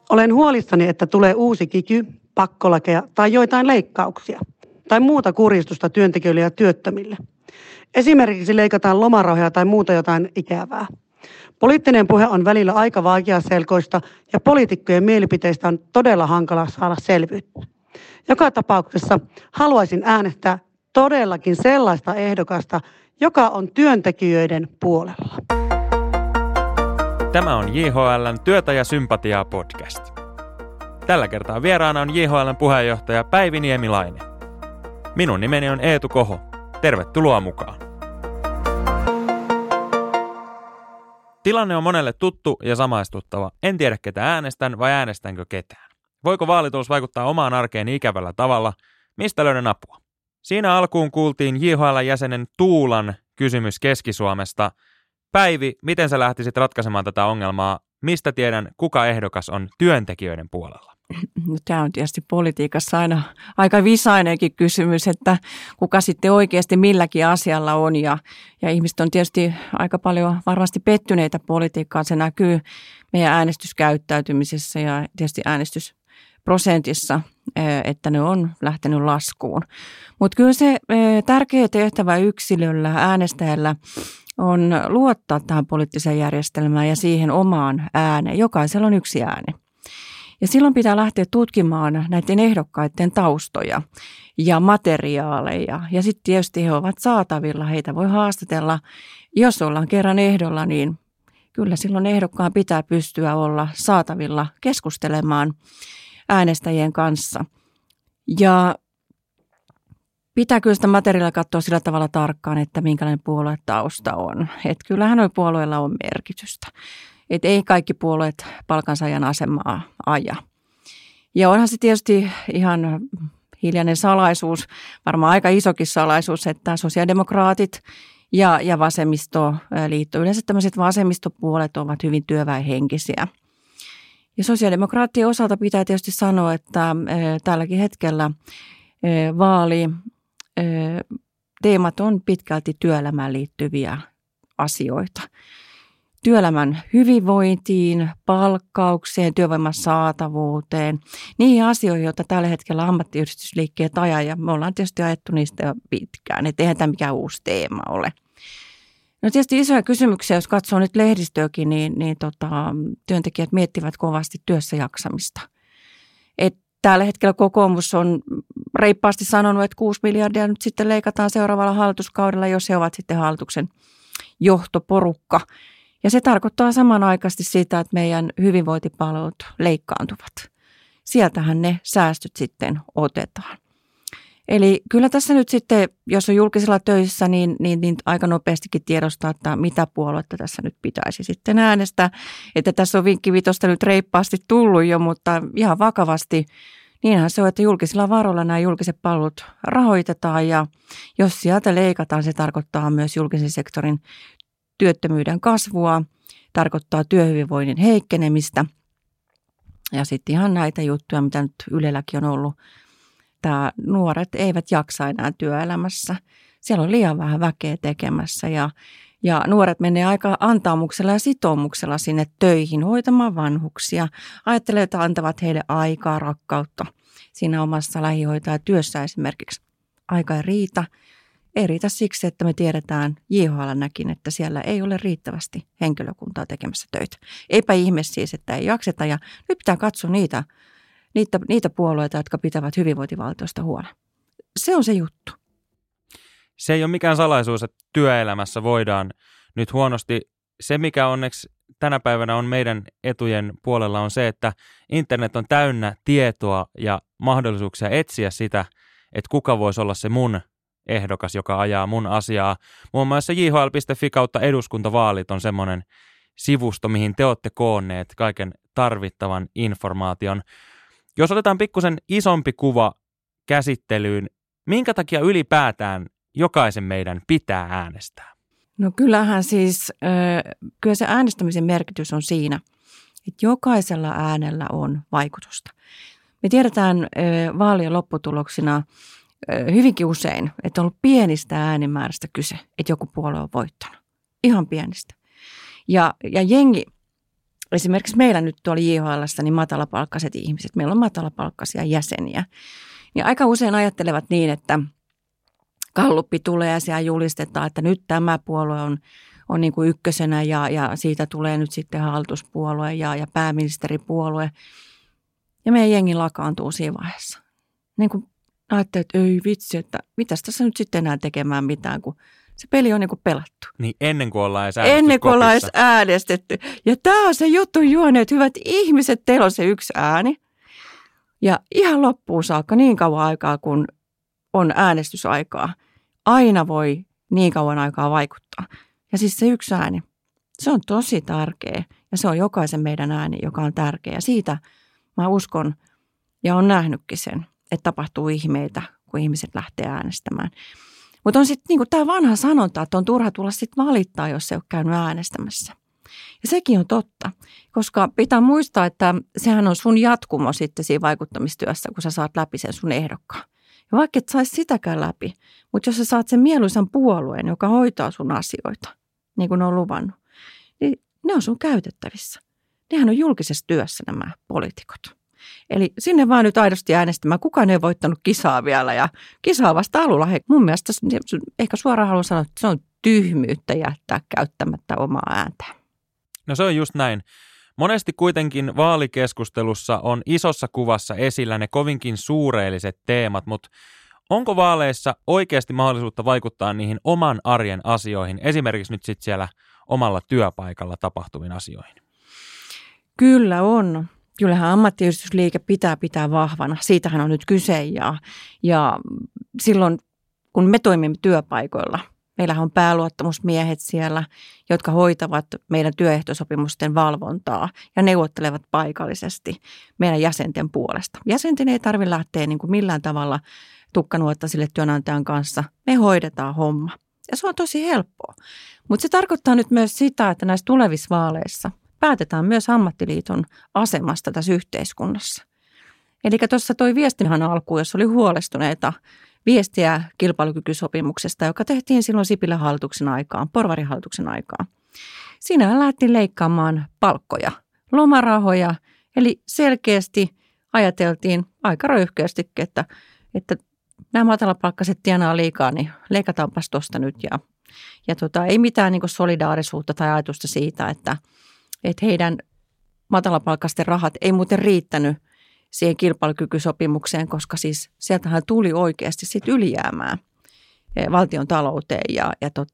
Olen huolissani, että tulee uusi kiky, pakkolakeja tai joitain leikkauksia tai muuta kuristusta työntekijöille ja työttömille. Esimerkiksi leikataan lomarahoja tai muuta jotain ikävää. Poliittinen puhe on välillä aika vaikeaselkoista ja poliitikkojen mielipiteistä on todella hankala saada selvyyttä. Joka tapauksessa haluaisin äänestää todellakin sellaista ehdokasta, joka on työntekijöiden puolella. Tämä on JHL:n Työtä ja sympatiaa podcast. Tällä kertaa vieraana on JHL:n puheenjohtaja Päivi Niemilainen. Minun nimeni on Eetu Koho. Tervetuloa mukaan. Tilanne on monelle tuttu ja samaistuttava. En tiedä ketä äänestän vai äänestänkö ketään. Voiko vaalitulos vaikuttaa omaan arkeeni ikävällä tavalla? Mistä löydän apua? Siinä alkuun kuultiin JHL-jäsenen Tuulan kysymys Keski-Suomesta. Päivi, miten sä lähtisit ratkaisemaan tätä ongelmaa? Mistä tiedän, kuka ehdokas on työntekijöiden puolella? No, tämä on tietysti politiikassa aina aika visainenkin kysymys, että kuka sitten oikeasti milläkin asialla on. Ja ihmiset on tietysti aika paljon varmasti pettyneitä politiikkaan. Se näkyy meidän äänestyskäyttäytymisessä ja tietysti äänestysprosentissa, että ne on lähtenyt laskuun. Mutta kyllä se tärkeä tehtävä yksilöllä, äänestäjällä on luottaa tähän poliittiseen järjestelmään ja siihen omaan ääneen. Jokaisella on yksi ääni. Ja silloin pitää lähteä tutkimaan näiden ehdokkaiden taustoja ja materiaaleja. Ja sitten tietysti he ovat saatavilla, heitä voi haastatella. Jos ollaan kerran ehdolla, niin kyllä silloin ehdokkaan pitää pystyä olla saatavilla keskustelemaan äänestäjien kanssa. Ja pitää kyllä sitä materiaalia katsoa sillä tavalla tarkkaan, että minkälainen puoluetausta on. Että kyllähän noilla puolueilla on merkitystä. Että ei kaikki puolueet palkansaajan asemaa aja. Ja onhan se tietysti ihan hiljainen salaisuus, varmaan aika isokin salaisuus, että sosiaalidemokraatit ja vasemmistoliitto, yleensä tämmöiset vasemmistopuolet ovat hyvin työväenhenkisiä. Ja sosiaalidemokraattien osalta pitää tietysti sanoa, että tälläkin hetkellä teemat on pitkälti työelämään liittyviä asioita. Työelämän hyvinvointiin, palkkaukseen, työvoiman saatavuuteen, niihin asioihin, joita tällä hetkellä ammattiyhdistysliikkeet ajaa, ja me ollaan tietysti ajettu niistä jo pitkään, että eihän tämä mikään uusi teema ole. No tietysti isoja kysymyksiä, jos katsoo nyt lehdistöäkin, niin työntekijät miettivät kovasti työssä jaksamista. Tällä hetkellä kokoomus on reippaasti sanonut, että 6 miljardia nyt sitten leikataan seuraavalla hallituskaudella, jos he ovat sitten hallituksen johtoporukka. Ja se tarkoittaa samanaikaisesti sitä, että meidän hyvinvointipalvelut leikkaantuvat. Sieltähän ne säästöt sitten otetaan. Eli kyllä tässä nyt sitten, jos on julkisella töissä, niin aika nopeastikin tiedostaa, että mitä puoluetta tässä nyt pitäisi sitten äänestää. Että tässä on vinkkivitosta nyt reippaasti tullut jo, mutta ihan vakavasti niinhän se on, että julkisilla varoilla nämä julkiset palvelut rahoitetaan. Ja jos sieltä leikataan, se tarkoittaa myös julkisen sektorin työttömyyden kasvua, tarkoittaa työhyvinvoinnin heikkenemistä ja sitten ihan näitä juttuja, mitä nyt Ylelläkin on ollut. Tämä nuoret eivät jaksa enää työelämässä. Siellä on liian vähän väkeä tekemässä ja nuoret menee aika antaumuksella ja sitoumuksella sinne töihin hoitamaan vanhuksia. Ajattelee, että antavat heille aikaa, rakkautta siinä omassa lähihoitajatyössä esimerkiksi. Aika ei riitä. Ei riitä siksi, että me tiedetään JHL:näkin, että siellä ei ole riittävästi henkilökuntaa tekemässä töitä. Eipä ihme siis, että ei jakseta ja nyt pitää katsoa niitä puolueita, jotka pitävät hyvinvointivaltiosta huolen. Se on se juttu. Se ei ole mikään salaisuus, että työelämässä voidaan nyt huonosti. Se, mikä onneksi tänä päivänä on meidän etujen puolella, on se, että internet on täynnä tietoa ja mahdollisuuksia etsiä sitä, että kuka voisi olla se mun ehdokas, joka ajaa mun asiaa. Muun muassa jhl.fi kautta eduskuntavaalit on semmoinen sivusto, mihin te olette koonneet kaiken tarvittavan informaation. Jos otetaan pikkusen isompi kuva käsittelyyn, minkä takia ylipäätään jokaisen meidän pitää äänestää? No kyllähän siis, kyllä se äänestämisen merkitys on siinä, että jokaisella äänellä on vaikutusta. Me tiedetään vaalien lopputuloksina hyvinkin usein, että on ollut pienistä äänimäärästä kyse, että joku puolue on voittanut. Ihan pienistä. Ja jengi esimerkiksi meillä nyt tuolla JHL:ssä niin matalapalkkaiset ihmiset, meillä on matalapalkkaisia jäseniä, niin aika usein ajattelevat niin, että galluppi tulee ja siellä julistetaan, että nyt tämä puolue on niin kuin ykkösenä ja siitä tulee nyt sitten hallituspuolue ja pääministeripuolue. Ja meidän jengi lakaantuu siinä vaiheessa. Niin kuin ajattelee, että ei vitsi, että mitäs tässä nyt sitten enää tekemään mitään, kun se peli on niin kuin pelattu. Niin ennen kuin ollaan edes äänestetty. Ja tämä on se juttu juone, että hyvät ihmiset, teillä on se yksi ääni. Ja ihan loppuun saakka niin kauan aikaa, kun on äänestysaikaa, aina voi niin kauan aikaa vaikuttaa. Ja siis se yksi ääni, se on tosi tärkeä ja se on jokaisen meidän ääni, joka on tärkeä. Ja siitä mä uskon ja olen nähnytkin sen, että tapahtuu ihmeitä, kun ihmiset lähtee äänestämään. Mutta on sitten niinku tämä vanha sanonta, että on turha tulla sitten valittaa, jos se ei ole käynyt äänestämässä. Ja sekin on totta, koska pitää muistaa, että sehän on sun jatkumo sitten siinä vaikuttamistyössä, kun sä saat läpi sen sun ehdokkaan. Ja vaikka et saisi sitäkään läpi, mutta jos sä saat sen mieluisan puolueen, joka hoitaa sun asioita, niin kuin ne on luvannut, niin ne on sun käytettävissä. Nehän on julkisessa työssä nämä poliitikot. Eli sinne vaan nyt aidosti äänestämään. Kukaan ei voittanut kisaa vielä ja kisaa vasta alulla. Hei, mun mielestä ehkä suoraan haluan sanoa, että se on tyhmyyttä jättää käyttämättä omaa ääntä. No se on just näin. Monesti kuitenkin vaalikeskustelussa on isossa kuvassa esillä ne kovinkin suureelliset teemat, mutta onko vaaleissa oikeasti mahdollisuutta vaikuttaa niihin oman arjen asioihin, esimerkiksi nyt sitten siellä omalla työpaikalla tapahtuviin asioihin? Kyllä on. Kyllähän ammattiyhdistysliike pitää vahvana. Siitähän on nyt kyse ja silloin kun me toimimme työpaikoilla, meillähän on pääluottamusmiehet siellä, jotka hoitavat meidän työehtosopimusten valvontaa ja neuvottelevat paikallisesti meidän jäsenten puolesta. Jäsenten ei tarvitse lähteä niin kuin millään tavalla tukkanuotta sille työnantajan kanssa. Me hoidetaan homma ja se on tosi helppoa. Mutta se tarkoittaa nyt myös sitä, että näissä tulevissa vaaleissa päätetään myös ammattiliiton asemasta tässä yhteiskunnassa. Eli tuossa toi viestinhan alkuun, jos oli huolestuneita viestiä kilpailukykysopimuksesta, joka tehtiin silloin Sipilän hallituksen aikaan, porvarihallituksen aikaan. Siinä lähdettiin leikkaamaan palkkoja, lomarahoja, eli selkeästi ajateltiin aika röyhkeästikin, että nämä matalapalkkaiset tienaa liikaa, niin leikataanpas tuosta nyt. Ja ei mitään niin kuin solidaarisuutta tai ajatusta siitä, että heidän matalapalkkaisten rahat ei muuten riittänyt siihen kilpailukykysopimukseen, koska siis sieltähän tuli oikeasti sit ylijäämää valtion talouteen ja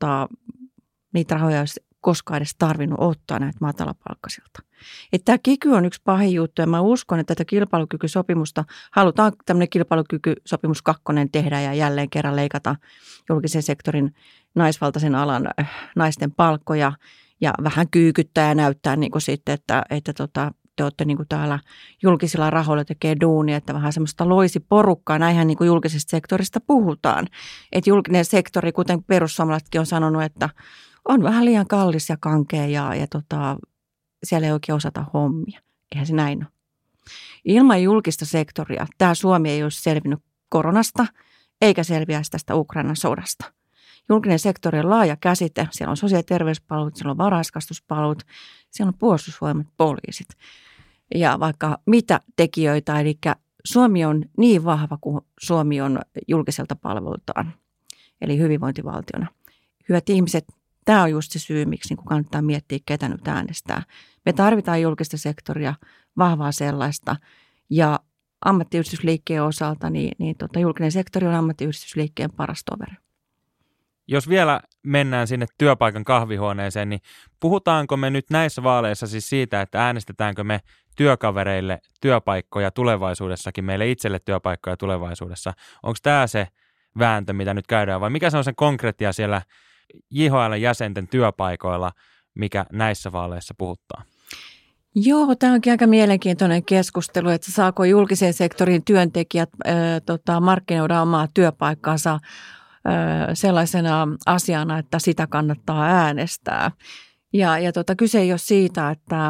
niitä rahoja olisi koskaan edes tarvinnut ottaa näitä matalapalkkaisilta. Tämä kiky on yksi pahin juttu ja mä uskon, että tätä kilpailukykysopimusta halutaan tämmöinen kilpailukykysopimus 2 tehdä ja jälleen kerran leikata julkisen sektorin naisvaltaisen alan naisten palkkoja ja vähän kyykyttää ja näyttää niin kuin sitten, että te olette niin kuin täällä julkisilla rahoilla tekee duunia, että vähän semmoista loisi porukkaa. Näinhän niin kuin julkisesta sektorista puhutaan. Että julkinen sektori, kuten perussuomalaisetkin on sanonut, että on vähän liian kallis ja kankea ja siellä ei oikein osata hommia. Eihän se näin ole. Ilman julkista sektoria tämä Suomi ei olisi selvinnyt koronasta eikä selviäisi tästä Ukrainan sodasta. Julkinen sektori on laaja käsite. Siellä on sosiaali- ja terveyspalvelut, siellä on varhaiskasvatuspalvelut, siellä on puolustusvoimat, poliisit ja vaikka mitä tekijöitä. Eli Suomi on niin vahva kuin Suomi on julkiselta palvelultaan, eli hyvinvointivaltiona. Hyvät ihmiset, tämä on just se syy, miksi niin kannattaa miettiä, ketä nyt äänestää. Me tarvitaan julkista sektoria, vahvaa sellaista ja ammattiyhdistysliikkeen osalta, niin julkinen sektori on ammattiyhdistysliikkeen paras toveri. Jos vielä mennään sinne työpaikan kahvihuoneeseen, niin puhutaanko me nyt näissä vaaleissa siis siitä, että äänestetäänkö me työkavereille työpaikkoja tulevaisuudessakin, meille itselle työpaikkoja tulevaisuudessa? Onko tämä se vääntö, mitä nyt käydään, vai mikä se on se konkreettia siellä JHL-jäsenten työpaikoilla, mikä näissä vaaleissa puhuttaa? Joo, tämä onkin aika mielenkiintoinen keskustelu, että saako julkisen sektorin työntekijät markkinoida omaa työpaikkaansa sellaisena asiana, että sitä kannattaa äänestää. Ja kyse ei ole siitä,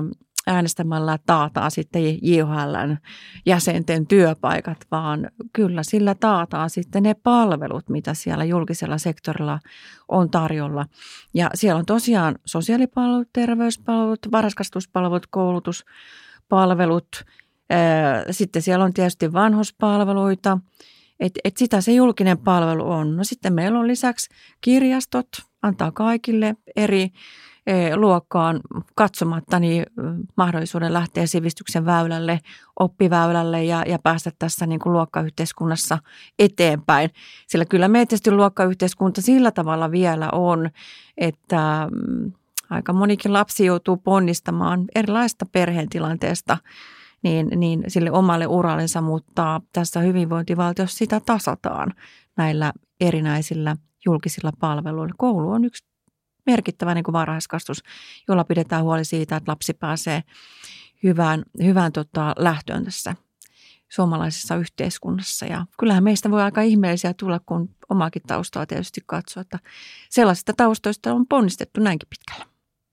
äänestämällä taataan sitten JHL:n jäsenten työpaikat, vaan kyllä sillä taataan sitten ne palvelut, mitä siellä julkisella sektorilla on tarjolla. Ja siellä on tosiaan sosiaalipalvelut, terveyspalvelut, varhaiskasvatuspalvelut, koulutuspalvelut. Sitten siellä on tietysti vanhuspalveluita. Et sitä se julkinen palvelu on. No sitten meillä on lisäksi kirjastot, antaa kaikille eri luokkaan katsomatta niin mahdollisuuden lähteä sivistyksen väylälle, oppiväylälle ja päästä tässä niin kuin luokkayhteiskunnassa eteenpäin. Sillä kyllä me tietysti luokkayhteiskunta sillä tavalla vielä on, että aika monikin lapsi joutuu ponnistamaan erilaista perheen tilanteesta niin sille omalle urallensa, mutta tässä hyvinvointivaltiossa sitä tasataan näillä erinäisillä julkisilla palveluilla. Koulu on yksi merkittävä niin kuin varhaiskasvatus, jolla pidetään huoli siitä, että lapsi pääsee hyvään lähtöön tässä suomalaisessa yhteiskunnassa. Ja kyllähän meistä voi aika ihmeellisiä tulla, kun omaakin taustaa tietysti katsoo, että sellaisista taustoista on ponnistettu näinkin pitkälle.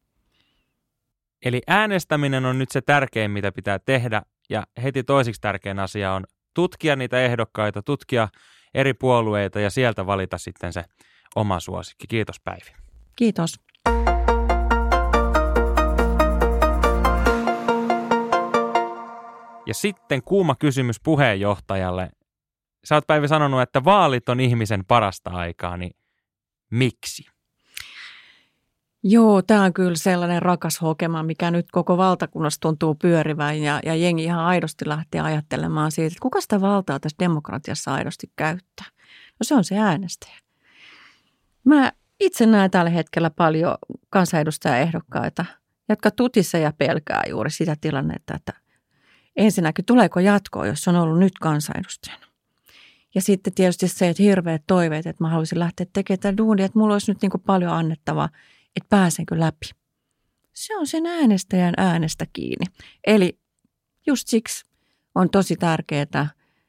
Eli äänestäminen on nyt se tärkein, mitä pitää tehdä, ja heti toiseksi tärkein asia on tutkia niitä ehdokkaita, tutkia eri puolueita ja sieltä valita sitten se oma suosikki. Kiitos Päivi. Kiitos. Ja sitten kuuma kysymys puheenjohtajalle. Sä oot Päivi sanonut, että vaalit on ihmisen parasta aikaa, niin miksi? Joo, tämä on kyllä sellainen rakas hokema, mikä nyt koko valtakunnassa tuntuu pyörivän ja jengi ihan aidosti lähtee ajattelemaan siitä, että kuka sitä valtaa tässä demokratiassa aidosti käyttää. No se on se äänestäjä. Mä itse näen tällä hetkellä paljon kansanedustajaehdokkaita, jotka tutissa ja pelkää juuri sitä tilannetta, että ensinnäkin tuleeko jatkoa, jos on ollut nyt kansanedustajana. Ja sitten tietysti se, että hirveät toiveet, että mä haluaisin lähteä tekemään tätä duunia, että mulla olisi nyt niin kuin paljon annettavaa, että pääsenkö läpi. Se on sen äänestäjän äänestä kiinni. Eli just siksi on tosi tärkeää,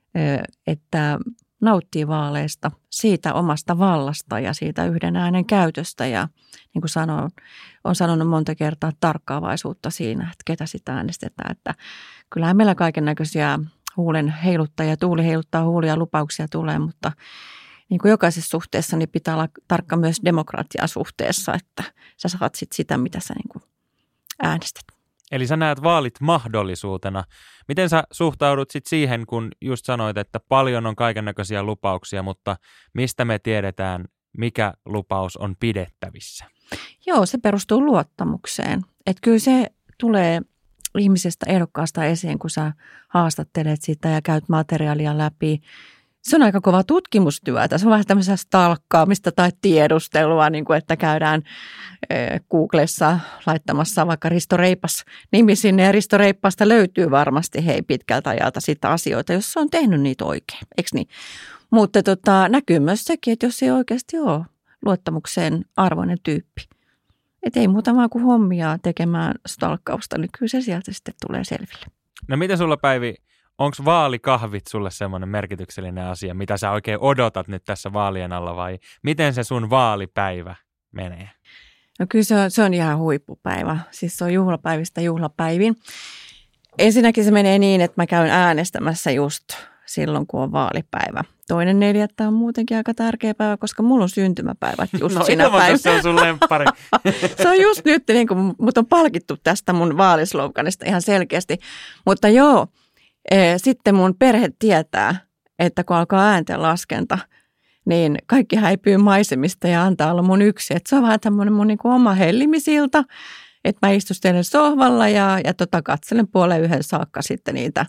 että nauttii vaaleista, siitä omasta vallasta ja siitä yhden äänen käytöstä. Ja niin kuin olen sanonut monta kertaa, tarkkaavaisuutta siinä, että ketä sitä äänestetään. Että kyllähän meillä kaiken näköisiä huulen heiluttajia, tuuli heiluttaa huulia, lupauksia tulee, mutta niin kuin jokaisessa suhteessa niin pitää olla tarkka myös demokratian suhteessa, että sä saat sitä, mitä sä niin kuin äänestät. Eli sä näet vaalit mahdollisuutena. Miten sä suhtaudut sitten siihen, kun just sanoit, että paljon on kaikennäköisiä lupauksia, mutta mistä me tiedetään, mikä lupaus on pidettävissä? Joo, se perustuu luottamukseen. Että kyllä se tulee ihmisestä ehdokkaasta esiin, kun sä haastattelet sitä ja käyt materiaalia läpi. Se on aika kova tutkimustyötä. Se on vähän tämmöistä stalkkaamista tai tiedustelua, niin kuin että käydään Googlessa laittamassa vaikka Risto Reipas nimi sinne. Ja Risto Reippaasta löytyy varmasti pitkältä ajalta sitä asioita, jos se on tehnyt niitä oikein, eikö niin? Mutta näkyy myös sekin, että jos ei oikeasti ole luottamukseen arvoinen tyyppi. Että ei muuta vaan kuin hommia tekemään stalkkausta, niin kyllä se sieltä sitten tulee selville. No miten sulla Päivi, onko vaalikahvit sulle semmoinen merkityksellinen asia, mitä sä oikein odotat nyt tässä vaalien alla vai miten se sun vaalipäivä menee? No kyllä se on ihan huippupäivä. Siis se on juhlapäivistä juhlapäivin. Ensinnäkin se menee niin, että mä käyn äänestämässä just silloin, kun on vaalipäivä. 2.4. on muutenkin aika tärkeä päivä, koska mulla on syntymäpäivät just siinä päivänä. Se on sun lemppari. Se on just nyt, niin kuin mut on palkittu tästä mun vaalisloganista ihan selkeästi. Mutta joo, sitten mun perhe tietää, että kun alkaa äänten laskenta, niin kaikki häipyy maisemista ja antaa olla mun yksi. Et se on vähän tämmöinen mun niinku oma hellimisilta, että mä istustelen sohvalla ja katselen 1:30 saakka sitten niitä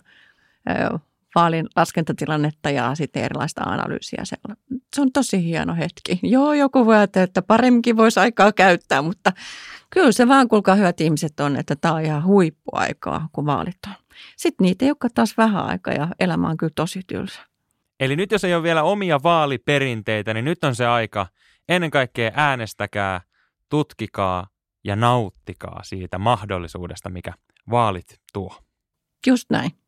vaalin laskentatilannetta ja sitten erilaista analyysiä. Se on tosi hieno hetki. Joo, joku voi ajatella, että paremminkin voisi aikaa käyttää, mutta kyllä se vaan, kuulkaa hyvät ihmiset on, että tämä on ihan huippuaikaa, kun vaalit on. Sitten niitä ei olekaan taas vähän aikaa ja elämä on kyllä tosi tylsä. Eli nyt jos ei ole vielä omia vaaliperinteitä, niin nyt on se aika. Ennen kaikkea äänestäkää, tutkikaa ja nauttikaa siitä mahdollisuudesta, mikä vaalit tuo. Just näin.